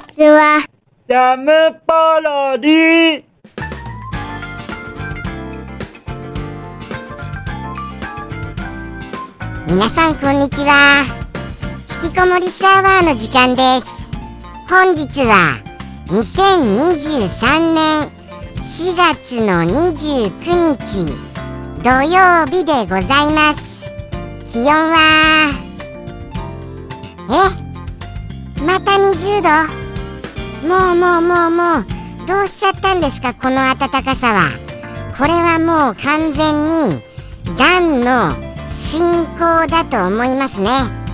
ちは。 ジャムパロディ。 皆さんこんにちは。引きこもりサーバーの時間です。本日は2023年4月の29日土曜日でございます。気温はまた20度。もうどうしちゃったんですか、この暖かさは。これはもう完全に暖の進行だと思いますね。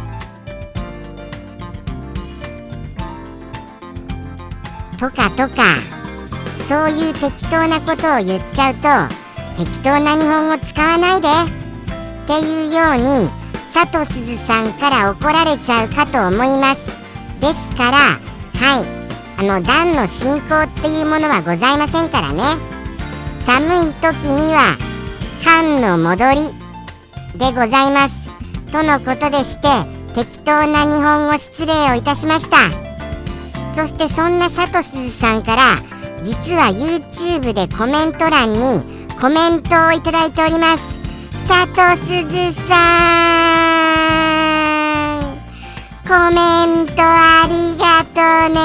とかそういう適当なことを言っちゃうと、適当な日本語使わないでっていうように佐藤すずさんから怒られちゃうかと思います。ですから暖の進行っていうものはございませんからね。寒い時には寒の戻りでございますとのことでして、適当な日本語失礼をいたしました。そしてそんな佐藤すずさんから実は YouTube でコメント欄にコメントをいただいております。佐藤すずさん、コメントありがとね。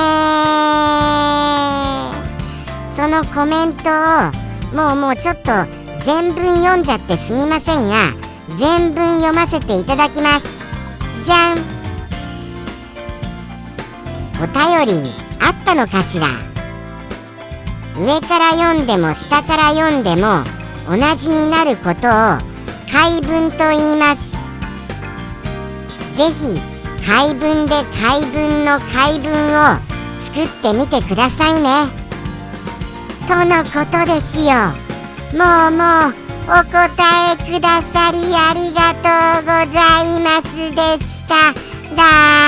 そのコメントをもうちょっと全文読んじゃってすみませんが、全文読ませていただきます。じゃん。お便りあったのかしら。上から読んでも下から読んでも同じになることを回文と言います。ぜひ回文で回文の回文を作ってみてくださいねとのことですよ。もうお答えくださりありがとうございますでしたら。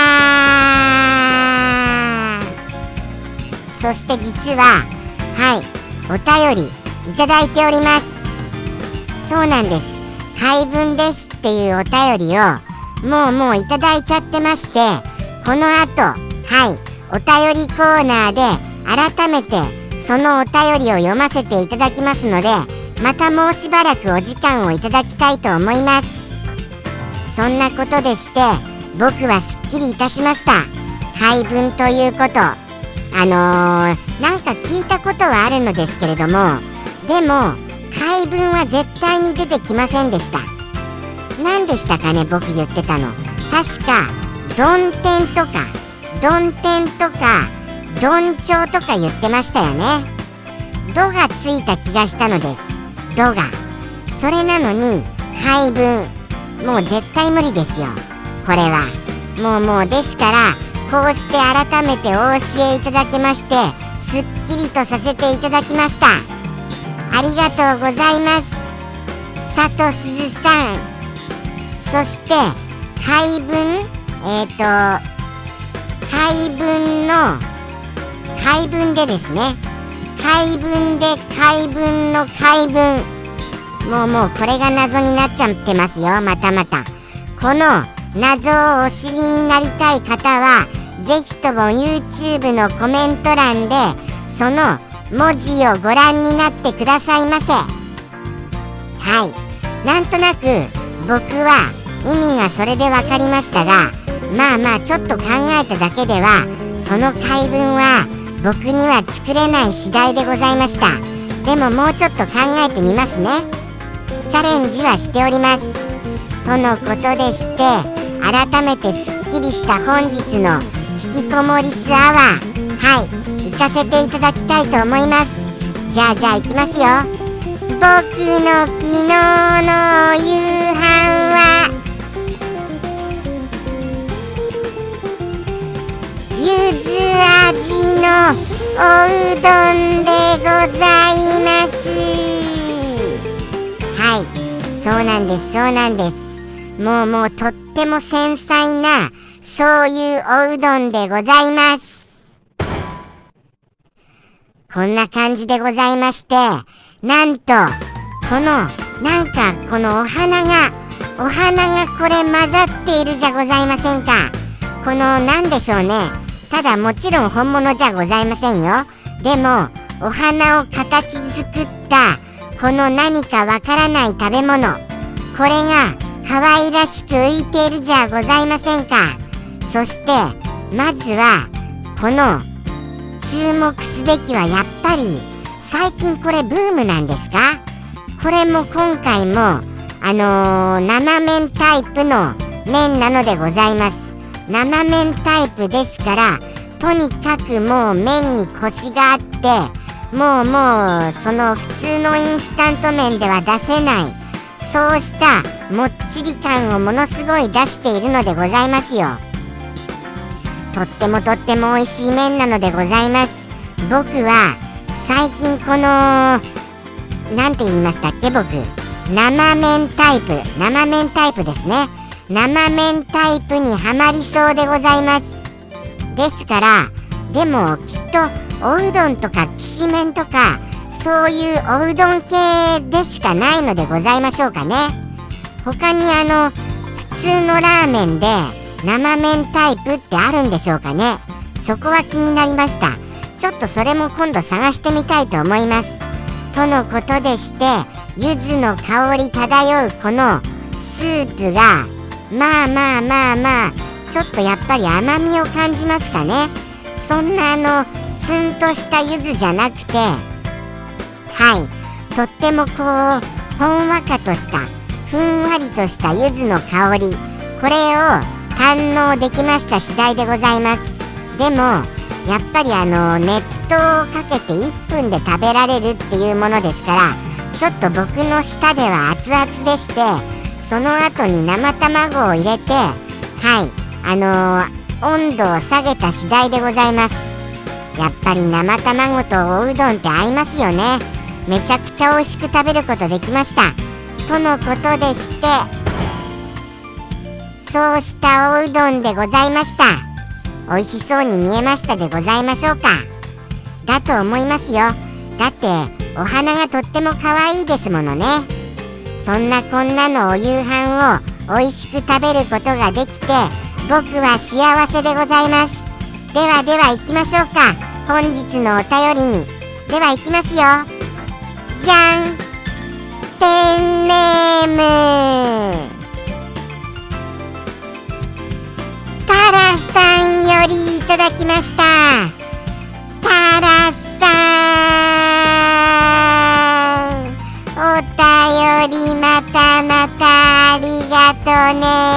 そして実はお便りいただいております。そうなんです。回文ですっていうお便りをもういただいちゃってまして、この後お便りコーナーで改めてそのお便りを読ませていただきますので、またもうしばらくお時間をいただきたいと思います。そんなことでして僕はすっきりいたしました。回文ということなんか聞いたことはあるのですけれども、でも回文は絶対に出てきませんでした。何でしたかね、僕言ってたの。確か曇天とか曇天とか言ってましたよね。ドがついた気がしたのです。ドが。それなのに回文、もう絶対無理ですよこれは。もうですから、こうして改めてお教えいただきまして、すっきりとさせていただきました。ありがとうございます、佐藤すずさん。そして回文回文でですね、回文で回文の回文、もうこれが謎になっちゃってますよ。またこの謎をお知りになりたい方はぜひとも YouTube のコメント欄でその文字をご覧になってくださいませ。なんとなく僕は意味がそれで分かりましたが、ちょっと考えただけではその回文は僕には作れない次第でございました。でももうちょっと考えてみますね。チャレンジはしておりますとのことでして、改めてすっきりした本日の引きこもりスアワー行かせていただきたいと思います。じゃあ行きますよ。僕の昨日の夕飯はゆず味のおうどんでございます。そうなんです。もうとっても繊細なそういうおうどんでございます。こんな感じでございまして、なんとこのお花がこれ混ざっているじゃございませんか。このなんでしょうね、 ただもちろん本物じゃございませんよ。でもお花を形作ったこの何かわからない食べ物、これが可愛らしく浮いているじゃございませんか。そしてまずはこの注目すべきはやっぱり最近これブームなんですか。これも今回も生麺タイプの麺なのでございます。生麺タイプですから、とにかくもう麺にコシがあって、もうその普通のインスタント麺では出せない、そうしたもっちり感をものすごい出しているのでございますよ。とっても美味しい麺なのでございます。僕は最近このなんて言いましたっけ、僕生麺タイプですね。生麺タイプにはまりそうでございます。ですからでもきっとおうどんとかきしめんとかそういうおうどん系でしかないのでございましょうかね。他に普通のラーメンで生麺タイプってあるんでしょうかね。そこは気になりました。ちょっとそれも今度探してみたいと思います。とのことでして、柚子の香り漂うこのスープがまあちょっとやっぱり甘みを感じますかね。そんなツンとした柚子じゃなくて、とってもこうほんわかとしたふんわりとした柚子の香り、これを堪能できました次第でございます。でもやっぱり熱湯をかけて1分で食べられるっていうものですから、ちょっと僕の舌では熱々でして、その後に生卵を入れて温度を下げた次第でございます。やっぱり生卵とおうどんって合いますよね。めちゃくちゃ美味しく食べることできましたとのことでして、そうしたおうどんでございました。美味しそうに見えましたでございましょうか。だと思いますよ。だってお花がとっても可愛いですものね。そんなこんなのお夕飯を美味しく食べることができて、僕は幸せでございます。では行きましょうか、本日のお便りに。では行きますよ。じゃん、ペンネームタラさんよりいただきました。タラさん、お便りまたありがと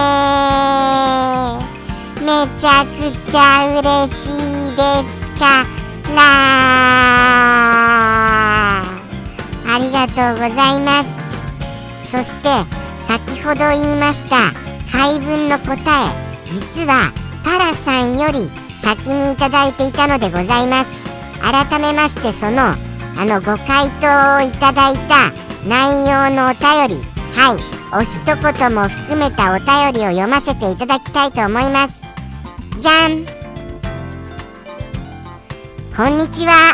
ね。めちゃくちゃ嬉しいですからありがとうございます。そして先ほど言いました回文の答え、実はタラさんより先にいただいていたのでございます。改めましてそのご回答をいただいた内容のお便り、お一言も含めたお便りを読ませていただきたいと思います。じゃん。こんにちは。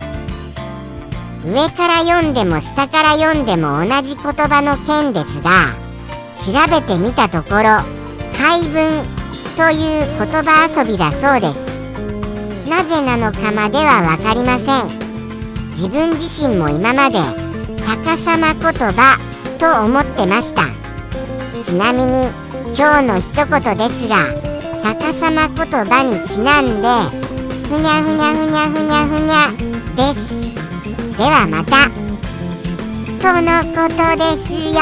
上から読んでも下から読んでも同じ言葉の件ですが、調べてみたところ回文という言葉遊びだそうです。なぜなのかまではわかりません。自分自身も今まで逆さま言葉と思ってました。ちなみに今日の一言ですが、逆さま言葉にちなんでふにゃふにゃふにゃふにゃふにゃです。ではまたとのことですよ。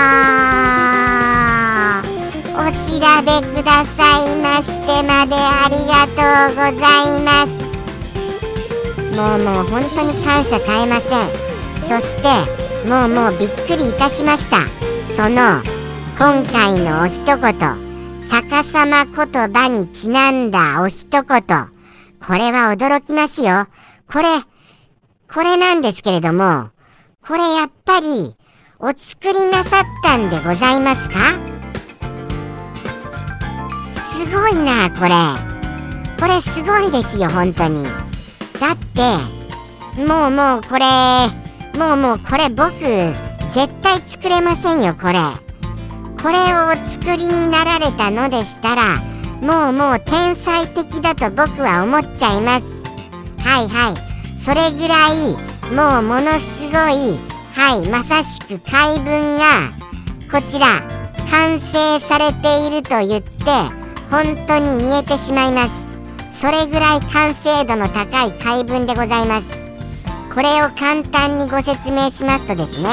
お調べくださいましてまでありがとうございます。もう本当に感謝絶えません。そしてもうびっくりいたしました。その今回のお一言、逆さま言葉にちなんだお一言、これは驚きますよ。これなんですけれども、これやっぱりお作りなさったんでございますか？すごいな、これすごいですよ、本当に。だってもうこれ僕絶対作れませんよ。これをお作りになられたのでしたら、 もう天才的だと僕は思っちゃいます。はいはい、それぐらいものすごい、まさしく回文がこちら完成されていると言って本当に言えてしまいます。それぐらい完成度の高い回文でございます。これを簡単にご説明しますとですね、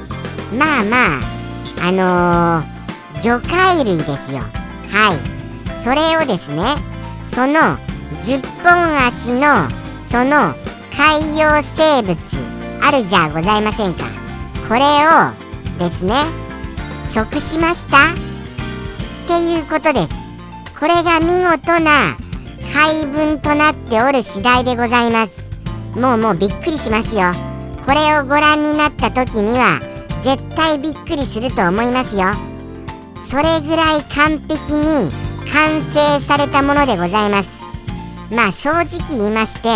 魚介類ですよ。それをですね、その10本足のその海洋生物あるじゃございませんか。これをですね食しましたっていうことです。これが見事な回文となっておる次第でございます。もうびっくりしますよ。これをご覧になった時には絶対びっくりすると思いますよ。それぐらい完璧に完成されたものでございます。正直言いまして、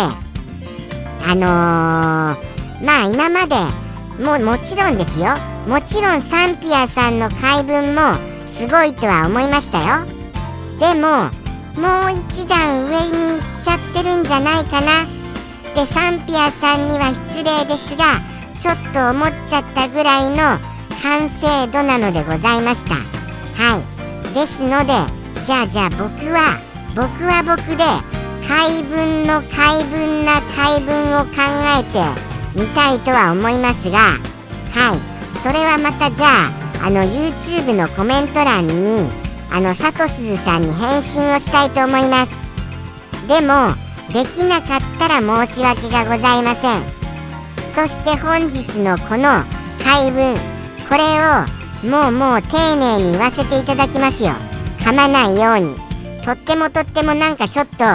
今までもちろんですよ、もちろんサンピアさんの回文もすごいとは思いましたよ。でももう一段上に行っちゃってるんじゃないかなってサンピアさんには失礼ですがちょっと思っちゃったぐらいの完成度なのでございました。ですのでじゃあ僕は僕で回文の回文な回文を考えてみたいとは思いますが、それはまたじゃあYouTube のコメント欄にさとすずさんに返信をしたいと思います。でもできなかったら申し訳がございません。そして本日のこの回文、これをもう丁寧に言わせていただきますよ。噛まないように。とってもなんかちょっとちょ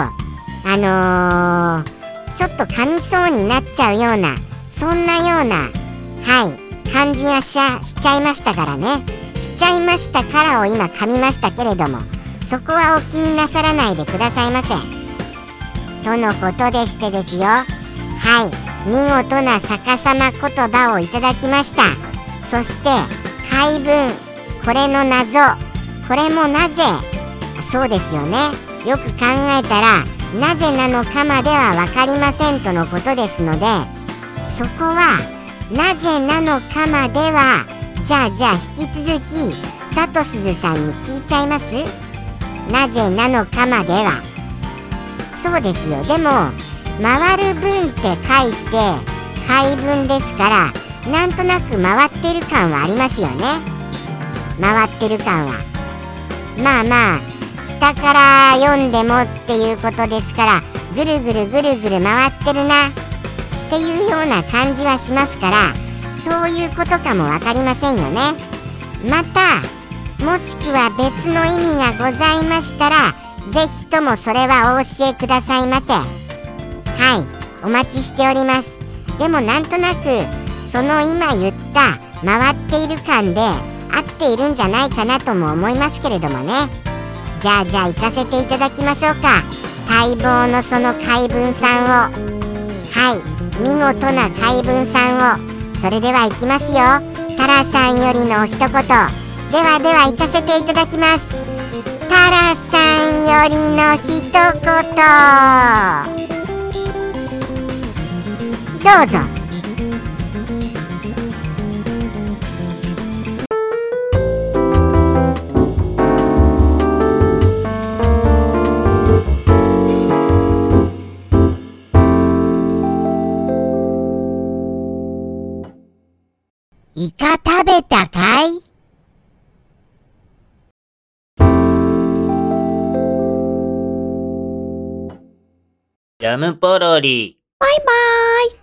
っと噛みそうになっちゃうようなそんなような感じがしちゃいましたからね。しちゃいましたからを今噛みましたけれども、そこはお気になさらないでくださいませとのことでしてですよ。見事な逆さま言葉をいただきました。そして回文、これの謎、これもなぜ、そうですよね、よく考えたらなぜなのかまでは分かりませんとのことですので、そこはなぜなのかまではじゃあ引き続きさとすずさんに聞いちゃいます。なぜなのかまでは。そうですよ。でも回る文って書いて回文ですからなんとなく回ってる感はありますよね。回ってる感は下から読んでもっていうことですからぐるぐる回ってるなっていうような感じはしますから、そういうことかもわかりませんよね。またもしくは別の意味がございましたらぜひともそれはお教えくださいませ。お待ちしております。でもなんとなくその今言った回っている感で合っているんじゃないかなとも思いますけれどもね。じゃあ行かせていただきましょうか。待望のその回文さんを、見事な回文さんを。それではいきますよ。タラさんよりのお一言。では行かせていただきます。タラさんよりの一言。どうぞ。イカ食べたかい？ ジャムポロリ。 バイバーイ。